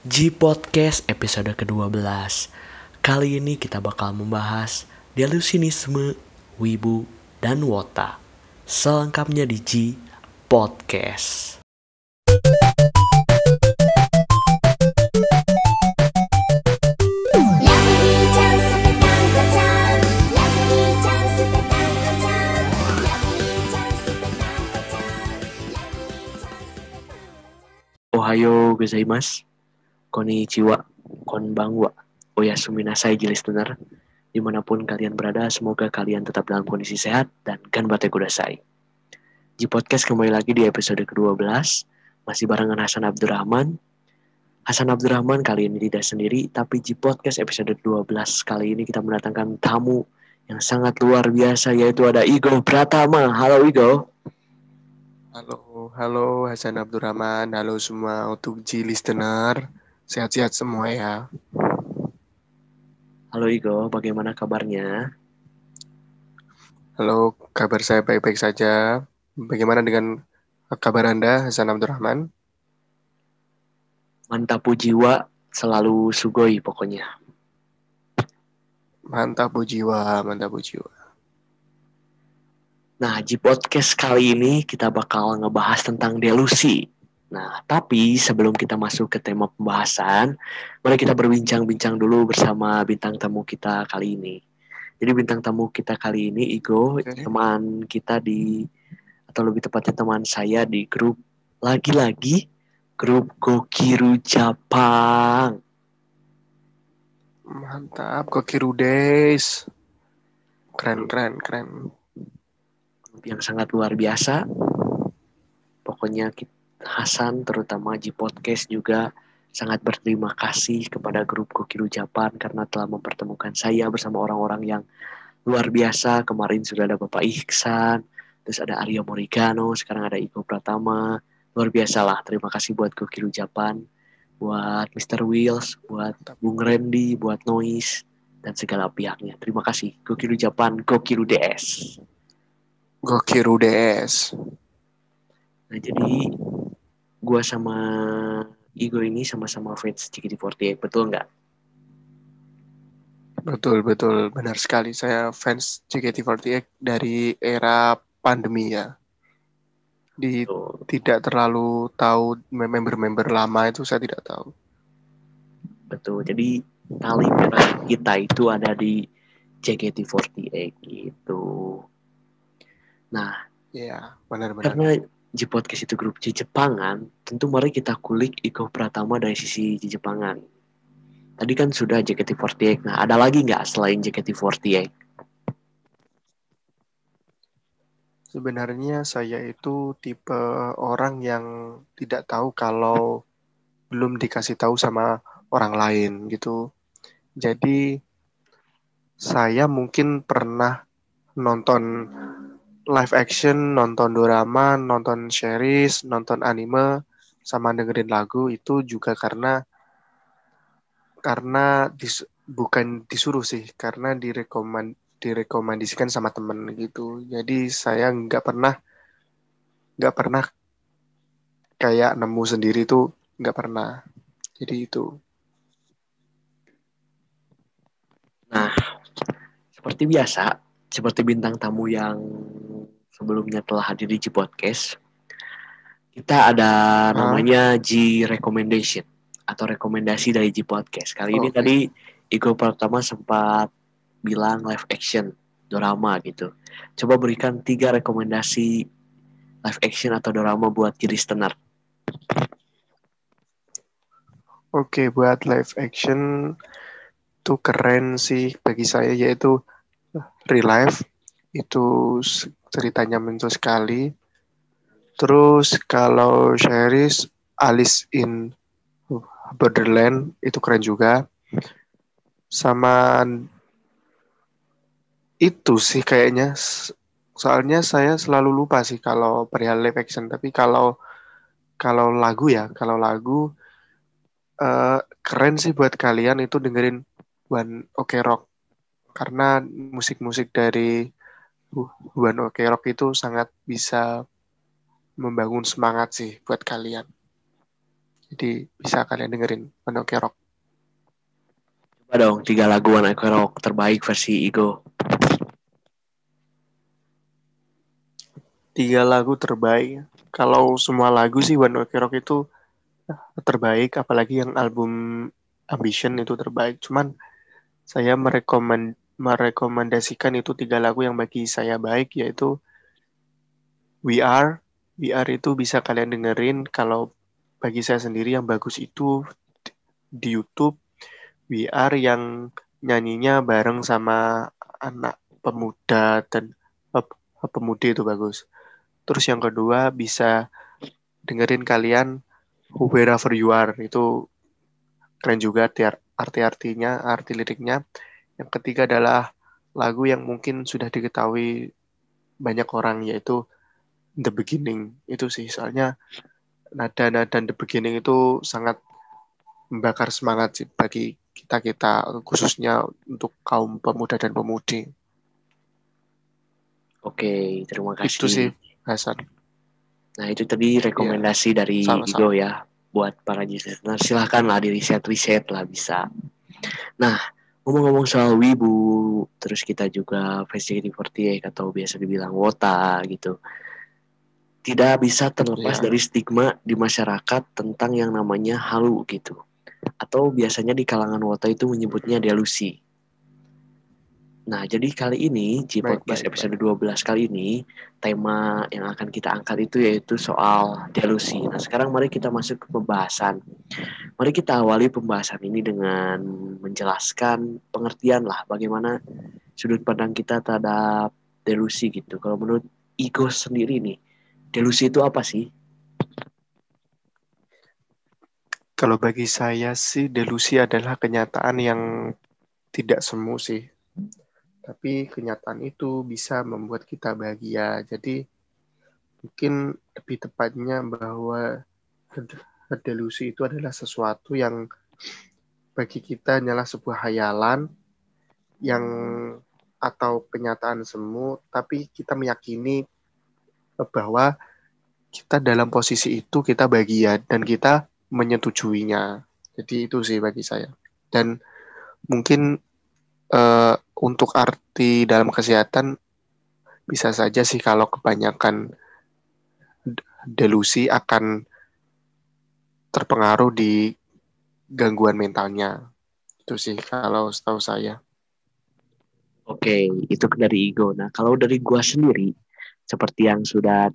G Podcast episode ke-12. Kali ini kita bakal membahas delusionisme, wibu, dan wota. Selengkapnya di G Podcast. Ohayo gozaimasu. Konnichiwa, konbanwa, oyasumi nasai listener. Dimanapun kalian berada, semoga kalian tetap dalam kondisi sehat dan ganbatte kudasai. Di podcast kembali lagi di episode ke-12, masih barengan Hasan Abdurrahman. Hasan Abdurrahman kali ini tidak sendiri, tapi di podcast episode 12 kali ini kita mendatangkan tamu yang sangat luar biasa, yaitu ada Igo Pratama. Halo Igo. Halo Hasan Abdurrahman, halo semua untuk G listener. Sehat-sehat semua ya. Halo Igo, bagaimana kabarnya? Halo, kabar saya baik-baik saja. Bagaimana dengan kabar Anda, Hasan Abdurrahman? Mantapu jiwa, selalu sugoi pokoknya. Mantap bu jiwa. Nah, di podcast kali ini kita bakal ngebahas tentang delusi. Nah, tapi sebelum kita masuk ke tema pembahasan, mari kita berbincang-bincang dulu bersama bintang tamu kita kali ini. Jadi bintang tamu kita kali ini, Igo, teman kita atau lebih tepatnya teman saya di grup, lagi-lagi, grup Gokiru Jepang. Mantap, Gokiru Days. Keren. Yang sangat luar biasa. Pokoknya Hasan terutama di podcast juga sangat berterima kasih kepada grup Gokiru Japan karena telah mempertemukan saya bersama orang-orang yang luar biasa. Kemarin sudah ada Bapak Ihsan, terus ada Arya Morigano, sekarang ada Iko Pratama. Luar biasa lah, terima kasih buat Gokiru Japan, buat Mr. Wheels, buat Bung Randy, buat Noise, dan segala pihaknya. Terima kasih, Gokiru Japan, Gokiru DS. Gokiru DS. Nah, jadi gue sama Igo ini sama-sama fans JKT48, betul nggak? Betul, benar sekali. Saya fans JKT48 dari era pandemi ya. Tidak terlalu tahu member-member lama itu, saya tidak tahu. Betul, jadi tali merah kita itu ada di JKT48 gitu. Nah, ya benar. Karena di podcast itu grup Jepangan, tentu mari kita kulik Iko Pratama dari sisi Jepangan. Tadi kan sudah JKT48, nah ada lagi nggak selain JKT48? Sebenarnya saya itu tipe orang yang tidak tahu kalau belum dikasih tahu sama orang lain gitu. Jadi saya mungkin pernah nonton live action, nonton drama, nonton series, nonton anime, sama dengerin lagu itu juga karena bukan disuruh sih, karena direkomendasikan sama temen gitu. Jadi saya nggak pernah kayak nemu sendiri tuh, nggak pernah. Jadi itu. Nah, seperti biasa, seperti bintang tamu yang sebelumnya telah hadir di Podcast, kita ada namanya G Recommendation atau rekomendasi dari G Podcast. Kali ini tadi Iko pertama sempat bilang live action drama gitu. Coba berikan 3 rekomendasi live action atau drama buat listener. Oke, buat live action tuh keren sih bagi saya, yaitu Relive. Itu ceritanya menyentuh sekali. Terus kalau series Alice in Borderland itu keren juga. Sama itu sih kayaknya. Soalnya saya selalu lupa sih kalau perihal live action. Tapi kalau lagu keren sih buat kalian itu dengerin One Ok Rock. Karena musik-musik dari One Ok Rock itu sangat bisa membangun semangat sih buat kalian. Jadi bisa kalian dengerin One Ok Rock. Coba dong 3 lagu One Ok Rock terbaik versi Igo. 3 lagu terbaik. Kalau semua lagu sih One Ok Rock itu terbaik, apalagi yang album Ambition itu terbaik. Cuman saya merekomendasikan itu 3 lagu yang bagi saya baik, yaitu We Are. We Are itu bisa kalian dengerin. Kalau bagi saya sendiri yang bagus itu di YouTube. We Are yang nyanyinya bareng sama anak pemuda dan pemudi itu bagus. Terus yang kedua bisa dengerin kalian Wherever You Are, itu keren juga arti-artinya, arti liriknya. Yang ketiga adalah lagu yang mungkin sudah diketahui banyak orang, yaitu The Beginning. Itu sih, soalnya nada-nada The Beginning itu sangat membakar semangat sih bagi kita-kita, khususnya untuk kaum pemuda dan pemudi. Oke, terima Itu sih, kasih. Hasan. Nah, itu tadi Ya, rekomendasi dari Igo sama-sama. ya buat para listener. Silahkan lah di riset-riset lah bisa. Nah, ngomong-ngomong soal wibu, terus kita juga VCT48 atau biasa dibilang wota gitu. Tidak bisa terlepas dari Ya, stigma di masyarakat tentang yang namanya halu gitu. Atau biasanya di kalangan wota itu menyebutnya delusi. Nah, jadi kali ini, Ci baik, Podcast baik, baik. episode 12 kali ini, tema yang akan kita angkat itu yaitu soal delusi. Nah, sekarang mari kita masuk ke pembahasan. Mari kita awali pembahasan ini dengan menjelaskan pengertian lah bagaimana sudut pandang kita terhadap delusi gitu. Kalau menurut Ego sendiri nih, delusi itu apa sih? Kalau bagi saya sih, delusi adalah kenyataan yang tidak semu sih. Tapi kenyataan itu bisa membuat kita bahagia. Jadi, mungkin lebih tepatnya bahwa delusi itu adalah sesuatu yang bagi kita hanyalah sebuah hayalan yang atau kenyataan semu, tapi kita meyakini bahwa kita dalam posisi itu kita bahagia dan kita menyetujuinya. Jadi itu sih bagi saya. Dan mungkin untuk arti dalam kesehatan bisa saja sih kalau kebanyakan delusi akan terpengaruh di gangguan mentalnya. Itu sih kalau setahu saya. Oke, itu dari Ego. Nah, kalau dari gua sendiri, seperti yang sudah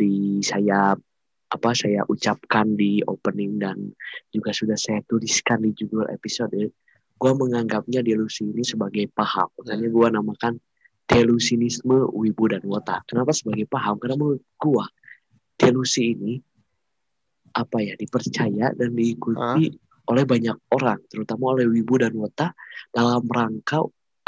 saya ucapkan di opening dan juga sudah saya tuliskan di judul episode, gua menganggapnya delusi ini sebagai paham. Makanya gua namakan delusinisme, wibu, dan wota. Kenapa sebagai paham? Karena menurut gua delusi ini dipercaya dan Hah? diikuti oleh banyak orang, terutama oleh wibu dan wota dalam rangka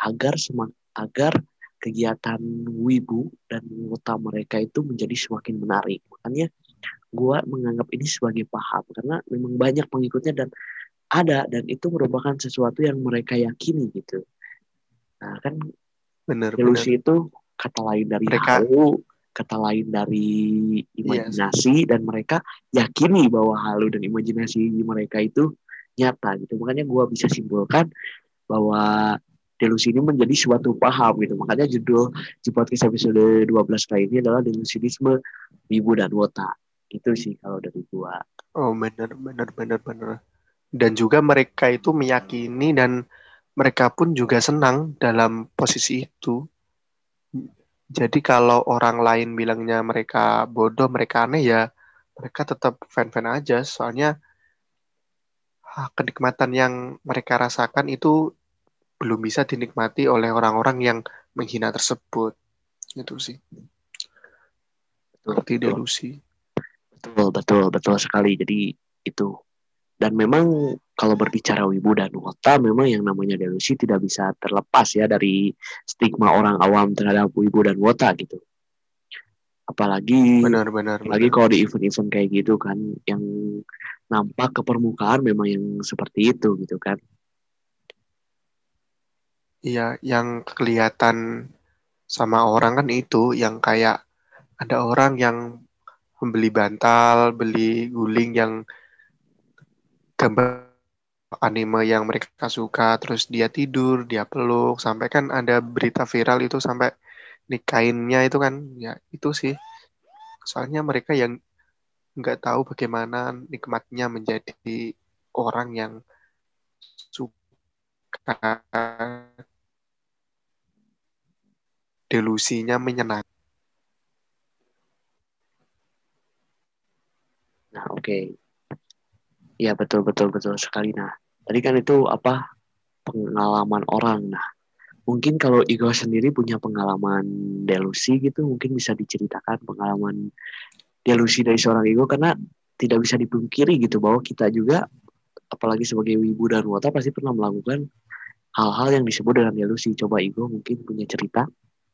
agar kegiatan wibu dan wota mereka itu menjadi semakin menarik. Makanya gue menganggap ini sebagai paham karena memang banyak pengikutnya dan itu merupakan sesuatu yang mereka yakini gitu. Nah kan Benar-benar. delusi itu kata lain dari Mereka, halu, kata lain dari iya sih. imajinasi dan mereka yakini bahwa halu dan imajinasi mereka itu nyata gitu. Makanya gue bisa simpulkan bahwa delusi ini menjadi suatu paham gitu. Makanya judul di podcast episode 12 kali ini adalah delusinisme wibu dan wota. Itu sih kalau dari gua. Oh, benar, benar, benar, benar. Dan juga mereka itu meyakini dan mereka pun juga senang dalam posisi itu. Jadi kalau orang lain bilangnya mereka bodoh, mereka aneh ya, mereka tetap fan-fan aja. Soalnya kenikmatan yang mereka rasakan itu belum bisa dinikmati oleh orang-orang yang menghina tersebut. Itu sih Betul, arti betul. delusi. Betul, betul, betul sekali. Jadi itu. Dan memang kalau berbicara wibu dan wota, memang yang namanya delusi tidak bisa terlepas ya dari stigma orang awam terhadap wibu dan wota gitu. Apalagi Benar, benar, apalagi benar. kalau di event-event kayak gitu kan, yang nampak ke permukaan memang yang seperti itu gitu kan. Iya, yang kelihatan sama orang kan itu yang kayak ada orang yang membeli bantal, beli guling yang gambar anime yang mereka suka, terus dia tidur, dia peluk, sampai kan ada berita viral itu sampai nikahinnya itu kan, ya itu sih. Soalnya mereka yang nggak tahu bagaimana nikmatnya menjadi orang yang suka, delusinya menyenangkan. Nah, oke. Ya, betul betul betul sekali. Nah, tadi kan itu apa, pengalaman orang. Nah, mungkin kalau Igo sendiri punya pengalaman delusi gitu, mungkin bisa diceritakan pengalaman delusi dari seorang Igo, karena tidak bisa dipungkiri gitu bahwa kita juga, apalagi sebagai wibu dan wota, pasti pernah melakukan hal-hal yang disebut dengan delusi. Coba Igo mungkin punya cerita.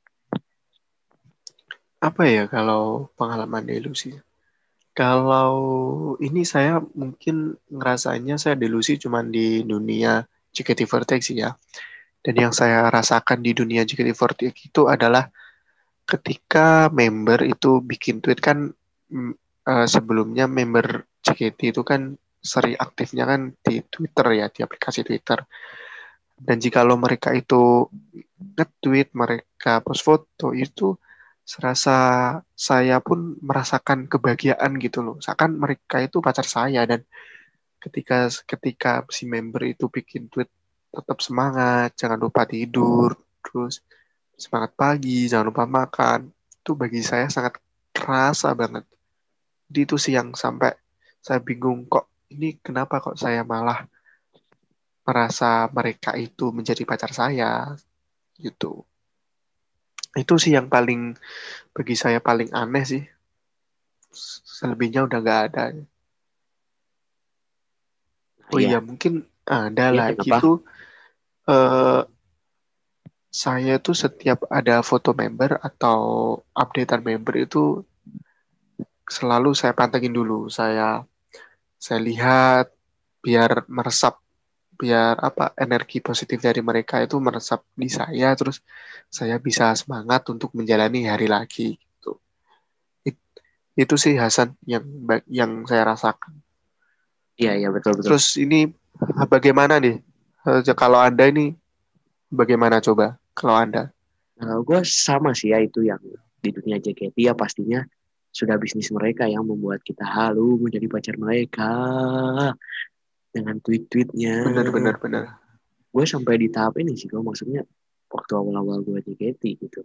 Apa ya kalau pengalaman delusi? Kalau ini saya mungkin ngerasanya saya delusi cuman di dunia JKT48 sih ya. Dan yang saya rasakan di dunia JKT48 itu adalah ketika member itu bikin tweet kan, mm, sebelumnya member JKT itu kan sering aktifnya kan di Twitter ya, di aplikasi Twitter. Dan jikalau mereka itu nge-tweet, mereka post foto itu serasa saya pun merasakan kebahagiaan gitu loh. Seakan mereka itu pacar saya dan ketika ketika si member itu bikin tweet tetap semangat, jangan lupa tidur, terus semangat pagi, jangan lupa makan. Itu bagi saya sangat kerasa banget. Jadi itu sih yang sampai saya bingung kok ini kenapa kok saya malah merasa mereka itu menjadi pacar saya gitu. Itu sih yang paling bagi saya paling aneh sih. Selebihnya udah nggak ada. Nah, Oh iya, iya, mungkin ada iya lagi kenapa? tuh, eh, saya tuh setiap ada foto member atau updatean member itu selalu saya pantengin dulu. Saya lihat biar meresap, biar apa energi positif dari mereka itu meresap di saya, terus saya bisa semangat untuk menjalani hari lagi gitu. It- itu sih Hasan yang saya rasakan. Iya, iya, betul betul. Terus ini bagaimana nih? Kalau Anda ini bagaimana coba? Kalau Anda? Nah, gue sama sih ya, itu yang di dunia JKT ya pastinya sudah bisnis mereka yang membuat kita halu menjadi pacar mereka dengan tweet-tweetnya. Benar, benar, benar. Gue sampai di tahap ini sih, gue maksudnya waktu awal-awal gue JKT gitu.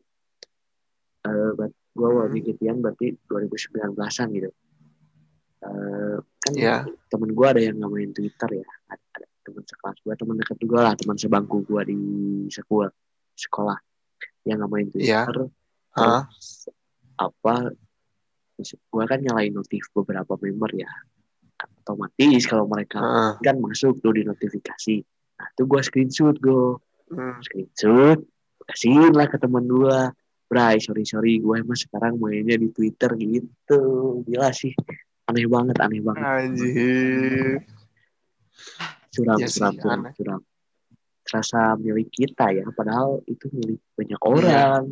Gue awal Hmm, JKT-an berarti 2019-an gitu. Kan ya, temen gue ada yang nggak main Twitter ya. Ada teman sekelas gue, teman dekat juga lah, teman sebangku gue di sekolah yang nggak main ya. Twitter. Ah, Terus apa, gue kan nyalain notif beberapa member ya, otomatis kalau mereka ah, kan masuk tuh di notifikasi. Nah tuh gue hmm. screenshot kasihin lah ke temen gue, Bray sorry sorry gue emang sekarang mainnya di Twitter gitu. Gila sih, aneh banget aneh banget Anjir. curam Ya curam sih, curam aneh. curam, terasa milik kita ya padahal itu milik banyak Iya, orang.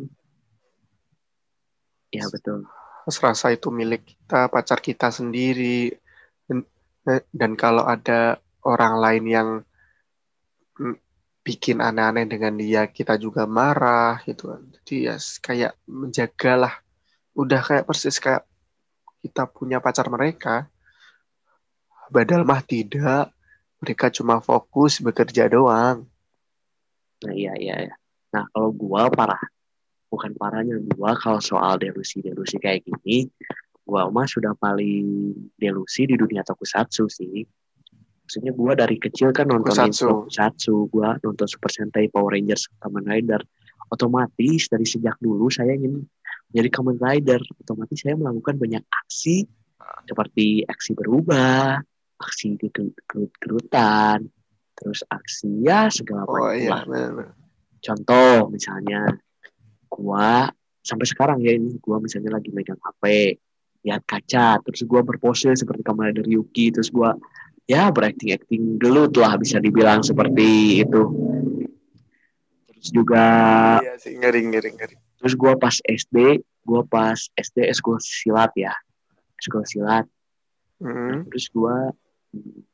Ya betul. serasa itu milik kita, pacar kita sendiri. Dan, dan kalau ada orang lain yang, mm, bikin aneh-aneh dengan dia, kita juga marah gitu kan. Jadi ya kayak menjagalah. Udah kayak persis kayak kita punya pacar mereka. Padahal mah tidak. Mereka cuma fokus bekerja doang. Nah iya iya iya. Nah kalau gue parah, bukan parahnya gue kalau soal delusi delusi kayak gini, gue mah sudah paling delusi di dunia tokusatsu sih. Maksudnya gue dari kecil kan nontonin Tokusatsu. tokusatsu, gue nonton Super Sentai, Power Rangers, Kamen Rider. Otomatis dari sejak dulu saya ingin menjadi Kamen Rider. Otomatis saya melakukan banyak aksi seperti aksi berubah, aksi gerut-gerutan, terus aksi ya segala Oh macam iya, lah. benar. Contoh misalnya gua sampai sekarang ya, ini gua misalnya lagi megang HP, lihat kaca, terus gua berpose seperti Kamen Rider Yuki, terus gua ya berakting acting gelut lah bisa dibilang seperti itu. Terus juga Iya sih, ngeri, ngeri, ngeri. terus gua pas SD eskul silat ya, eskul silat. Nah Hmm. terus gua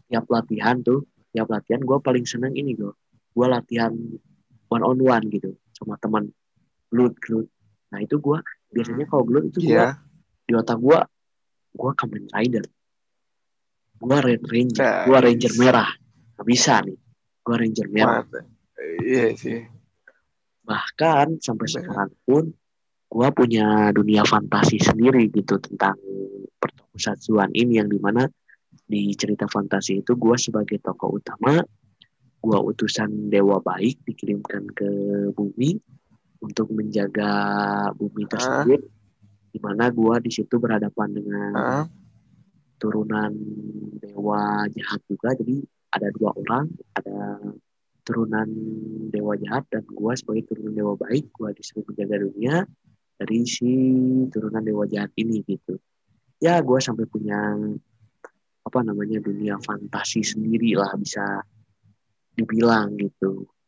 tiap latihan gue paling seneng ini gue latihan one on one gitu sama teman gelut. Nah itu gue biasanya kalau gelut itu gue Iya. di otak gue Kamen Rider, gue Red Ranger, gue Ranger Guys. merah, nggak bisa nih, gue Ranger merah. Mantap. Iya sih. Bahkan sampai Benar. sekarang pun gue punya dunia fantasi sendiri gitu tentang pertokusatsuan ini yang dimana di cerita fantasi itu gue sebagai tokoh utama, gue utusan dewa baik dikirimkan ke bumi untuk menjaga bumi Ah, tersebut, di mana gue di situ berhadapan dengan ah. turunan dewa jahat juga. Jadi ada dua orang, ada turunan dewa jahat dan gue sebagai turunan dewa baik, gue disuruh menjaga dunia dari si turunan dewa jahat ini gitu. Ya gue sampai punya apa namanya dunia fantasi sendiri lah bisa dibilang gitu.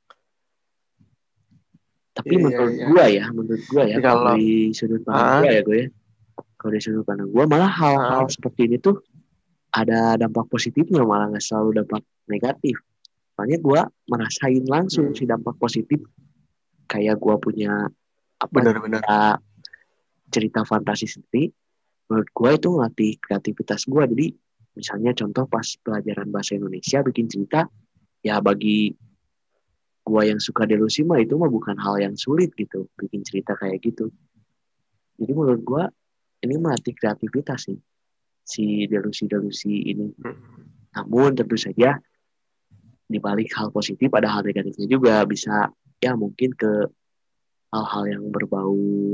Tapi Iya, iya, menurut iya. gue ya Tapi kalau kalau dari sudut pandang ah, gue ya gue ya, kalau dari sudut pandang gue malah hal-hal ah, seperti ini tuh ada dampak positifnya malah nggak selalu dampak negatif. Soalnya gue merasain langsung si hmm, dampak positif kayak gue punya apa benar-benar. cerita fantasi sendiri. Menurut gue itu ngelatih kreativitas gue. Jadi misalnya contoh pas pelajaran bahasa Indonesia bikin cerita, ya bagi gue yang suka delusi mah itu mah bukan hal yang sulit gitu bikin cerita kayak gitu. Jadi menurut gue ini melatih kreativitas sih si delusi-delusi ini. Hmm. Namun tentu saja di balik hal positif ada hal negatifnya juga, bisa ya mungkin ke hal-hal yang berbau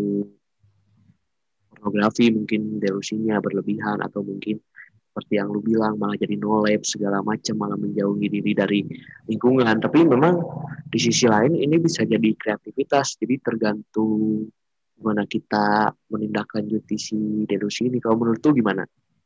pornografi, mungkin delusinya berlebihan, atau mungkin seperti yang lu bilang malah jadi no lab segala macam, malah menjauhi diri dari lingkungan. Tapi memang di sisi lain ini bisa jadi kreativitas, jadi tergantung gimana kita menindaklanjuti si delusi ini. Kalau menurut tuh gimana?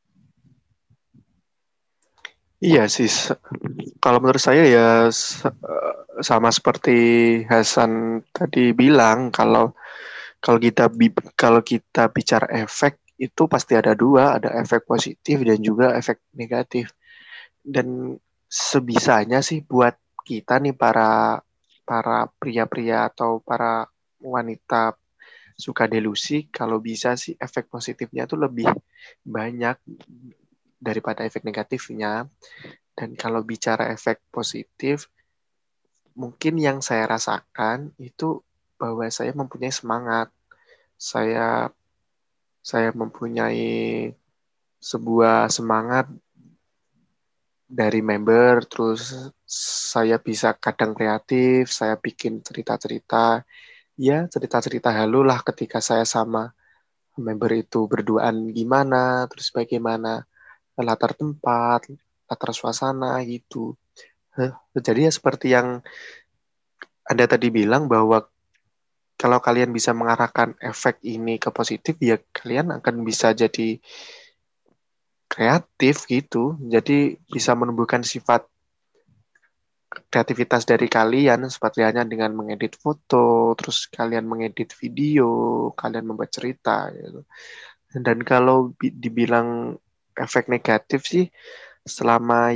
Iya sih. Kalau menurut saya ya sama seperti Hasan tadi bilang, kalau kalau kita kalau kita bicara efek itu pasti ada dua, ada efek positif dan juga efek negatif. Dan sebisanya sih buat kita nih para para pria-pria atau para wanita suka delusi, kalau bisa sih efek positifnya tuh lebih banyak daripada efek negatifnya. Dan kalau bicara efek positif, mungkin yang saya rasakan itu bahwa saya mempunyai semangat. Saya saya mempunyai sebuah semangat dari member, terus saya bisa kadang kreatif, saya bikin cerita-cerita, ya cerita-cerita halu lah ketika saya sama member itu berduaan gimana, terus bagaimana latar tempat, latar suasana gitu. Jadi ya seperti yang Anda tadi bilang bahwa kalau kalian bisa mengarahkan efek ini ke positif, ya kalian akan bisa jadi kreatif gitu. Jadi bisa menumbuhkan sifat kreativitas dari kalian seperti halnya dengan mengedit foto, terus kalian mengedit video, kalian membuat cerita gitu. Dan kalau dibilang efek negatif sih, selama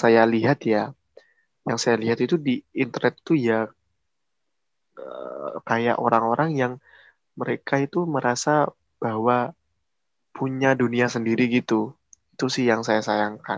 yang saya lihat itu di internet tuh ya kayak orang-orang yang mereka itu merasa bahwa punya dunia sendiri gitu. Itu sih yang saya sayangkan.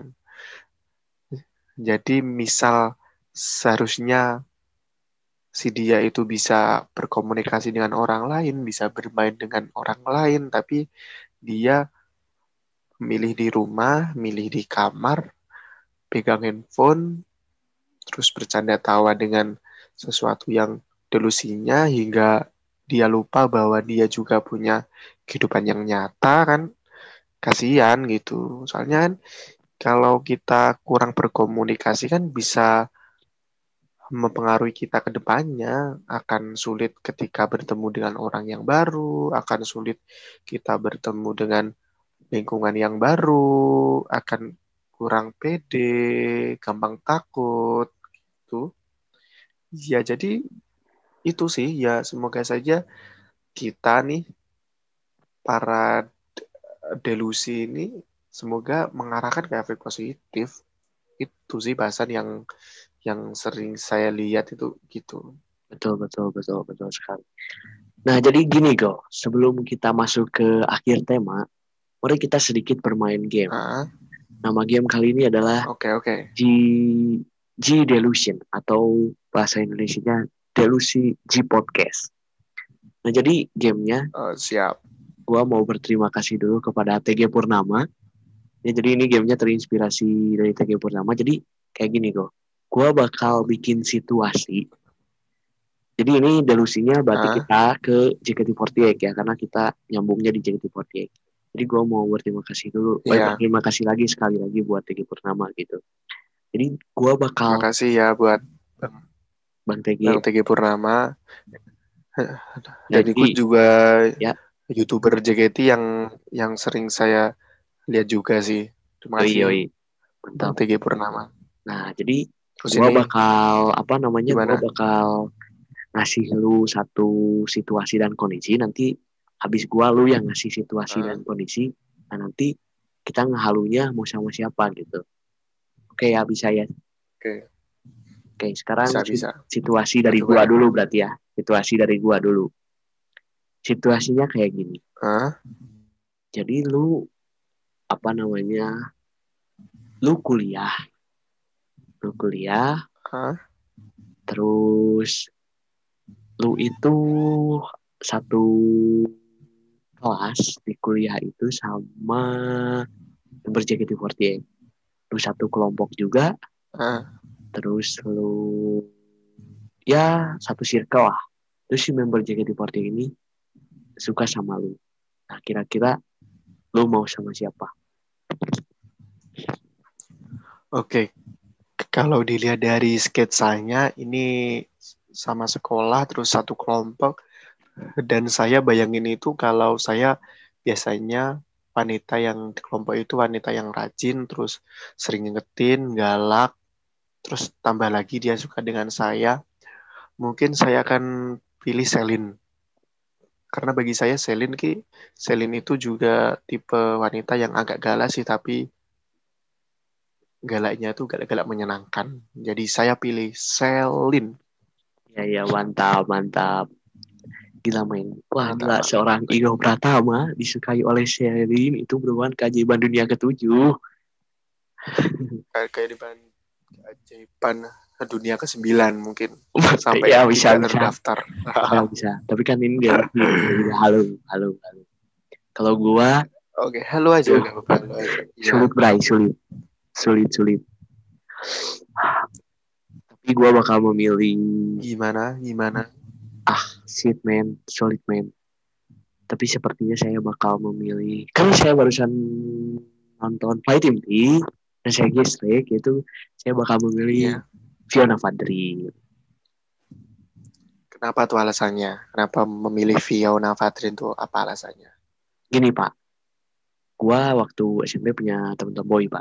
Jadi misal seharusnya si dia itu bisa berkomunikasi dengan orang lain, bisa bermain dengan orang lain, tapi dia milih di rumah, milih di kamar, pegang handphone, terus bercanda tawa dengan sesuatu yang delusinya hingga dia lupa bahwa dia juga punya kehidupan yang nyata kan, kasihan gitu. Soalnya kan kalau kita kurang berkomunikasi kan bisa mempengaruhi kita ke depannya, akan sulit ketika bertemu dengan orang yang baru, akan sulit kita bertemu dengan lingkungan yang baru, akan kurang pede, gampang takut, gitu. Ya, jadi itu sih, ya semoga saja kita nih, para delusi ini, semoga mengarahkan ke efek positif. itu sih bahasan yang sering saya lihat itu gitu. Betul, betul sekali. Nah, jadi gini, Go. Sebelum kita masuk ke akhir tema, mari kita sedikit bermain game. Ah, Nama game kali ini adalah oke. G, G Delusion atau bahasa Indonesianya Delusi G Podcast. Nah, jadi gamenya, Siap. gua mau berterima kasih dulu kepada TG Purnama. Ya, jadi ini gamenya terinspirasi dari TG Purnama. Jadi kayak gini, Go. Gua bakal bikin situasi. Jadi ini delusinya berarti Ah, kita ke JKT48 ya, karena kita nyambungnya di JKT48. Jadi gue mau berterima kasih dulu, iya. berterima kasih lagi sekali lagi buat TG Purnama gitu. Jadi gue Terima bakal, kasih ya buat Bang TG, Bang TG Purnama. Dan ikut jadi juga ya, YouTuber JKT yang sering saya lihat juga sih. Terima yoi, kasih yoi, Bang mantap. TG Purnama. Nah, jadi Terus gue ini bakal, apa namanya, gue gimana? bakal ngasih lu satu situasi dan kondisi, nanti habis gue lu yang ngasih situasi Ah, dan kondisi, nah nanti kita ngehalunya mau sama siapa gitu. Oke ya, bisa ya. oke, Oke, sekarang bisa. situasi Kita dari coba gua ya. dulu berarti ya. Situasi dari gua dulu. Situasinya kayak gini. Ah, Jadi lu apa namanya? Lu kuliah, lu kuliah, ah, terus lu itu satu kelas di kuliah itu sama member JKT48. Lu satu kelompok juga, ah. terus lu ya satu circle lah. Terus si member JKT48 ini suka sama lu. Nah, kira-kira lu mau sama siapa? Oke, kalau dilihat dari sketsanya ini sama sekolah terus satu kelompok dan saya bayangin itu kalau saya biasanya wanita yang di kelompok itu wanita yang rajin terus sering ngingetin, galak, terus tambah lagi dia suka dengan saya. Mungkin saya akan pilih Selin. Karena bagi saya Selin itu juga tipe wanita yang agak galak sih, tapi galaknya tuh galak-galak menyenangkan. Jadi saya pilih Selin. Ya, ya, mantap. Gila main. Wah, Mantap, gila mantap. seorang Igo Pratama disukai oleh Sherin itu merupakan keajaiban dunia ketujuh. Kehidupan keajaiban dunia ke-9 mungkin. Ya, Sampai tidak terdaftar. bisa. Tapi kan ini delusi. Jadi halo, halo. Kalau gua, Oke, halo aja, tuh gak apa-apa, halo aja. Iya. sulit bray, sulit. Tapi gua bakal memilih Gimana? shit man, solid man. Tapi sepertinya saya bakal memilih, kan saya barusan nonton Fighting Team dan saya gestrek itu saya bakal memilih Iya. Fiona Fadri. Kenapa tuh alasannya? Kenapa memilih Fiona Fatrin tuh apa alasannya? Gini Pak, gua waktu SMP punya temen tomboy Pak,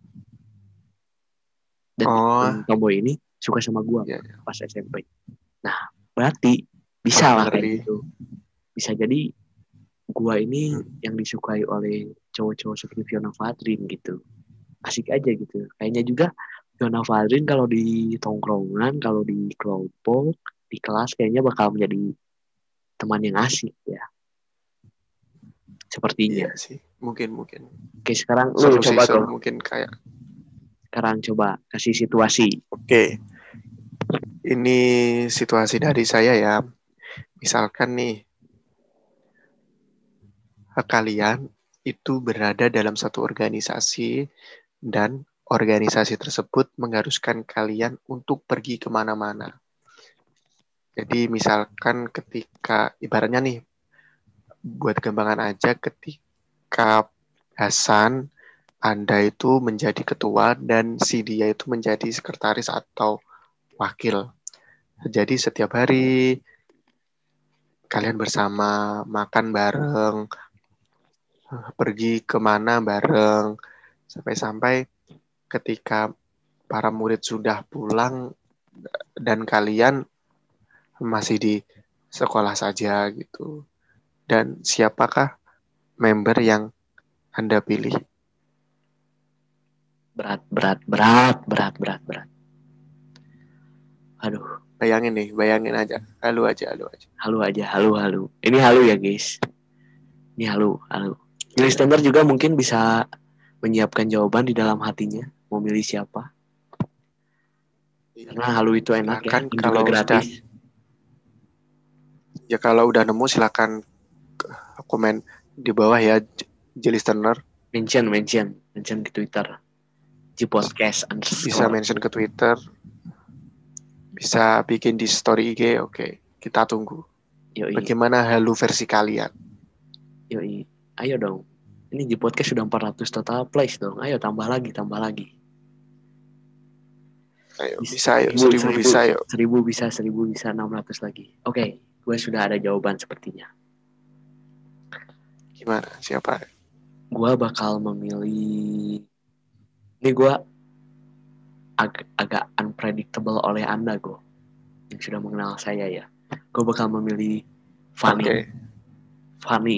dan Oh, temen tomboy ini suka sama gua iya, Pak, iya. pas SMP. Nah, berarti Wah, bisa lah kayak ngeri. gitu. Bisa jadi gua ini Hmm. yang disukai oleh cowok-cowok seperti Fiona Fadrin gitu. Asik aja gitu. Kayaknya juga Fiona Fadrin kalau di tongkrongan, kalau di kelompok, di kelas kayaknya bakal menjadi teman yang asik ya. Iya Sepertinya. sih, mungkin. Oke, sekarang lu Seru sih, coba seru kok. mungkin kayak. Sekarang coba kasih situasi. Oke, ini situasi dari saya ya. Misalkan nih, kalian itu berada dalam satu organisasi dan organisasi tersebut mengharuskan kalian untuk pergi kemana-mana. Jadi misalkan ketika, ibaratnya nih, buat gampangan aja ketika Hasan, Anda itu menjadi ketua dan si dia itu menjadi sekretaris atau wakil. Jadi setiap hari kalian bersama makan bareng, pergi kemana bareng, sampai-sampai ketika para murid sudah pulang dan kalian masih di sekolah saja gitu. Dan siapakah member yang Anda pilih? Berat. Aduh, Bayangin aja. Halu aja. halu. Ini halu ya guys. Ini halu. Listener juga mungkin bisa menyiapkan jawaban di dalam hatinya. Mau milih siapa? Karena halu itu enak ya, Silakan dan juga kalau gratis. kalau udah nemu silakan komen di bawah ya, listener. Mention di Twitter. Podcast Bisa mention ke Twitter, bisa bikin di story IG. Oke, kita tunggu. Yoi. Bagaimana halu versi kalian? Yoi. Ayo dong. Ini di podcast sudah 400 total plays dong. Ayo tambah lagi. Ayo, bisa ayo, 1000 bisa ayo. 1000 bisa 600 lagi. Oke, gue sudah ada jawaban sepertinya. Gimana? Siapa? Gue bakal memilih. Ini gue agak unpredictable oleh Anda, gue yang sudah mengenal saya ya. Gue bakal memilih Fanny. Okay. Fanny.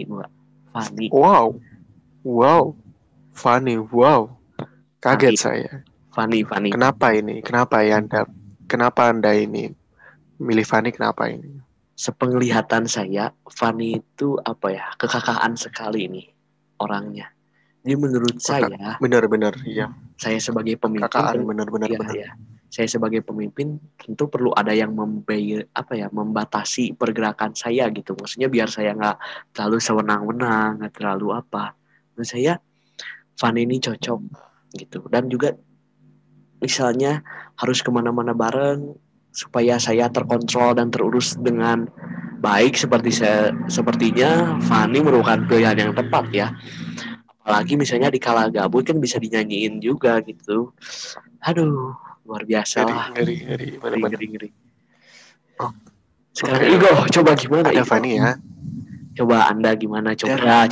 Wow. Fanny. Wow. Kaget saya. Fanny. Kenapa ini? Kenapa Anda ini milih Fanny? Kenapa ini? Sepenglihatan saya, Fanny itu apa ya? Kekakakan sekali ini orangnya. Jadi menurut saya, benar ya. Saya sebagai pemimpin, benar. Ya. Saya sebagai pemimpin tentu perlu ada yang membatasi pergerakan saya gitu. Maksudnya biar saya nggak terlalu sewenang-wenang, nggak terlalu apa. Menurut saya Fanny ini cocok gitu. Dan juga misalnya harus kemana-mana bareng supaya saya terkontrol dan terurus dengan baik sepertinya Fanny merupakan pilihan yang tepat ya. Apalagi misalnya di kala gabut kan bisa dinyanyiin juga gitu. Aduh, luar biasa lah. Ngeri. Oh, sekarang Igo, coba gimana Ada Fanny ya. Coba Anda gimana? Coba.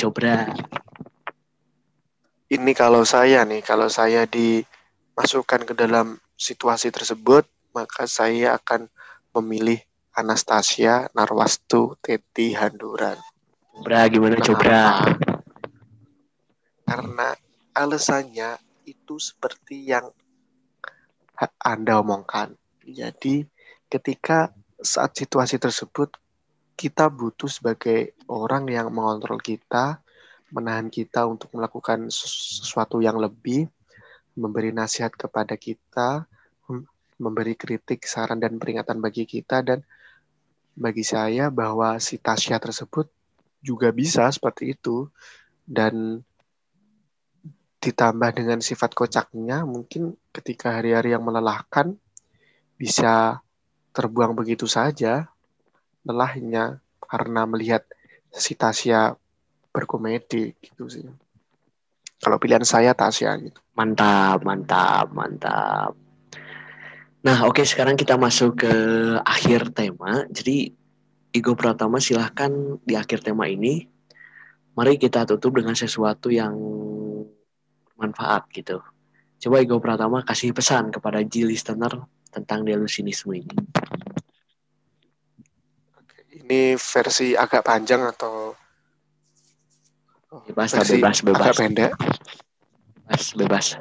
Ini kalau saya dimasukkan ke dalam situasi tersebut, maka saya akan memilih Anastasia Narwastu Teti Handuran. Gimana coba? Karena alasannya itu seperti yang Anda omongkan. Jadi ketika saat situasi tersebut kita butuh sebagai orang yang mengontrol kita, menahan kita untuk melakukan sesuatu yang lebih, memberi nasihat kepada kita, memberi kritik, saran, dan peringatan bagi kita. Dan bagi saya bahwa si Tasya tersebut juga bisa seperti itu. Dan ditambah dengan sifat kocaknya, mungkin ketika hari-hari yang melelahkan bisa terbuang begitu saja lelahnya karena melihat si Tasya berkomedi gitu sih. Kalau pilihan saya Tasya gitu. Mantap. Nah, oke, sekarang kita masuk ke akhir tema. Jadi Igo Pratama silahkan di akhir tema ini. Mari kita tutup dengan sesuatu yang bermanfaat gitu. Coba Igo Pratama kasih pesan kepada listener tentang delusionisme ini. Ini versi agak panjang atau bebas agak pendek? Bebas.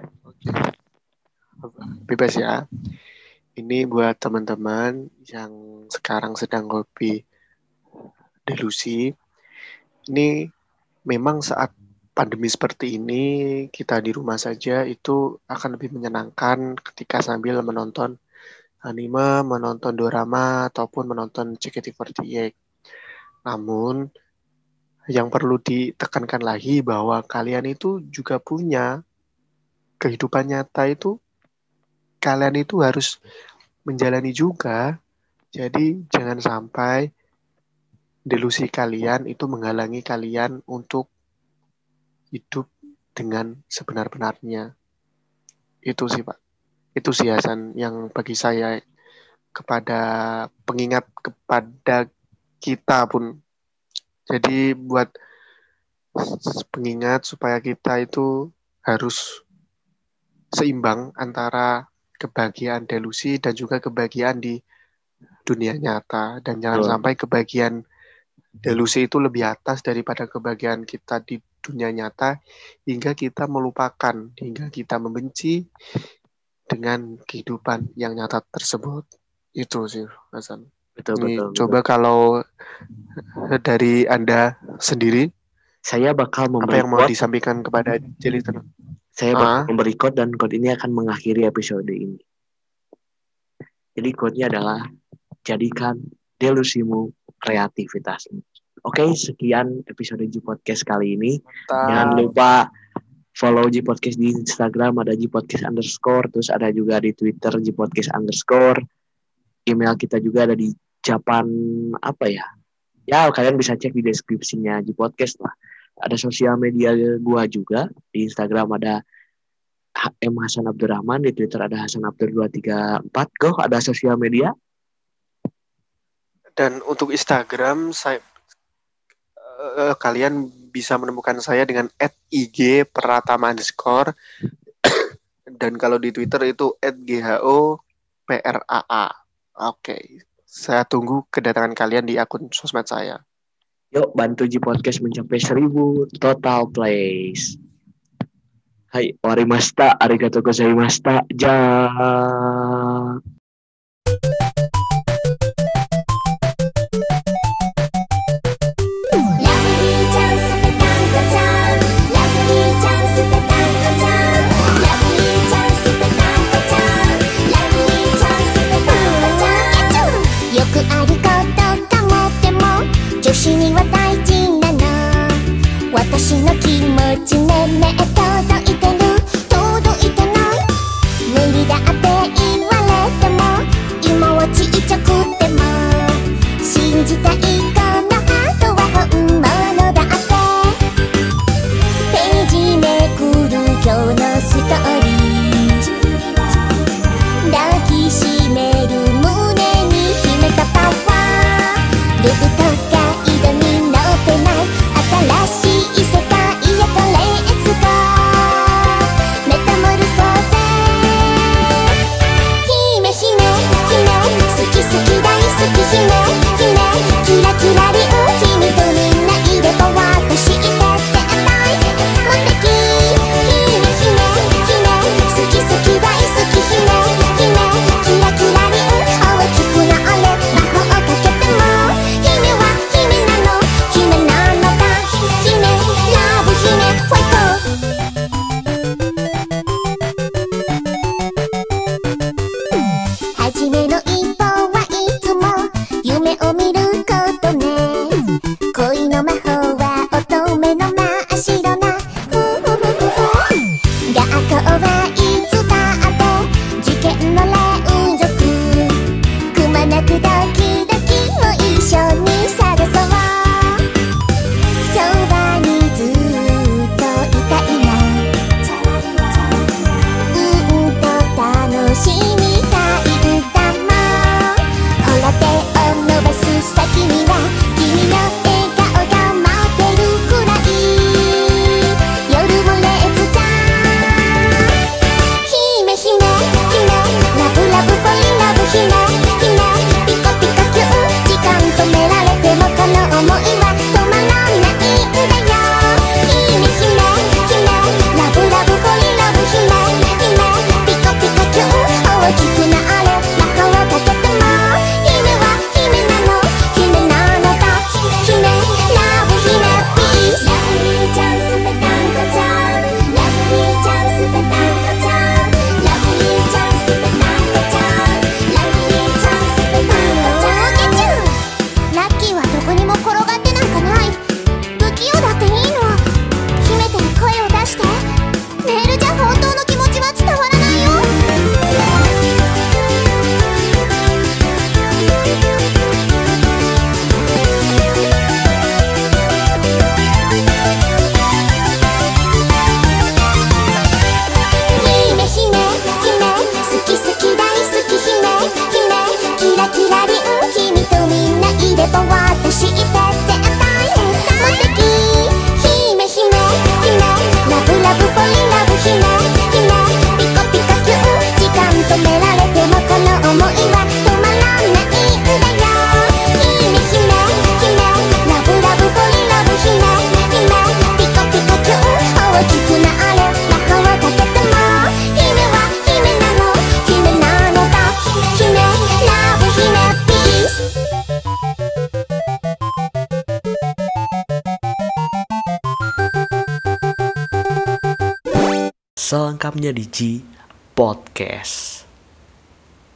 Bebas ya. Ini buat teman-teman yang sekarang sedang hobi delusi. Ini memang saat pandemi seperti ini, kita di rumah saja itu akan lebih menyenangkan ketika sambil menonton anime, menonton dorama, ataupun menonton JKT48. Namun, yang perlu ditekankan lagi bahwa kalian itu juga punya kehidupan nyata itu, kalian itu harus menjalani juga. Jadi, jangan sampai delusi kalian itu menghalangi kalian untuk hidup dengan sebenar-benarnya. Itu sih Pak. Itu sih Hasan yang bagi saya kepada pengingat kepada kita pun. Jadi buat pengingat supaya kita itu harus seimbang antara kebahagiaan delusi dan juga kebahagiaan di dunia nyata. Dan jangan sampai kebahagiaan delusi itu lebih atas daripada kebahagiaan kita di dunia nyata hingga kita melupakan, hingga kita membenci dengan kehidupan yang nyata tersebut. Itu sih, Hasan. Betul. Coba kalau dari Anda sendiri, saya bakal apa memberi yang mau quote. disampaikan kepada Jelly? Saya bakal memberi quote dan quote ini akan mengakhiri episode ini. Jadi quote-nya adalah, jadikan delusimu kreativitasmu. Oke, sekian episode G Podcast kali ini. Jangan lupa follow G Podcast di Instagram, ada G Podcast _, terus ada juga di Twitter G Podcast _. Email kita juga ada di Japan apa ya? Ya, kalian bisa cek di deskripsinya G Podcast lah. Ada sosial media gua juga. Di Instagram ada M Hasan Abdurrahman, di Twitter ada Hasan Abdur 234. Go, ada sosial media. Dan untuk Instagram kalian bisa menemukan saya dengan @ig_pratama_. Dan kalau di Twitter itu @GHOPRAA. Oke, saya tunggu kedatangan kalian di akun sosmed saya. Yuk, bantu G Podcast mencapai 1000 total plays. Hai, warimashita, arigatou gozaimashita. selengkapnya di G Podcast.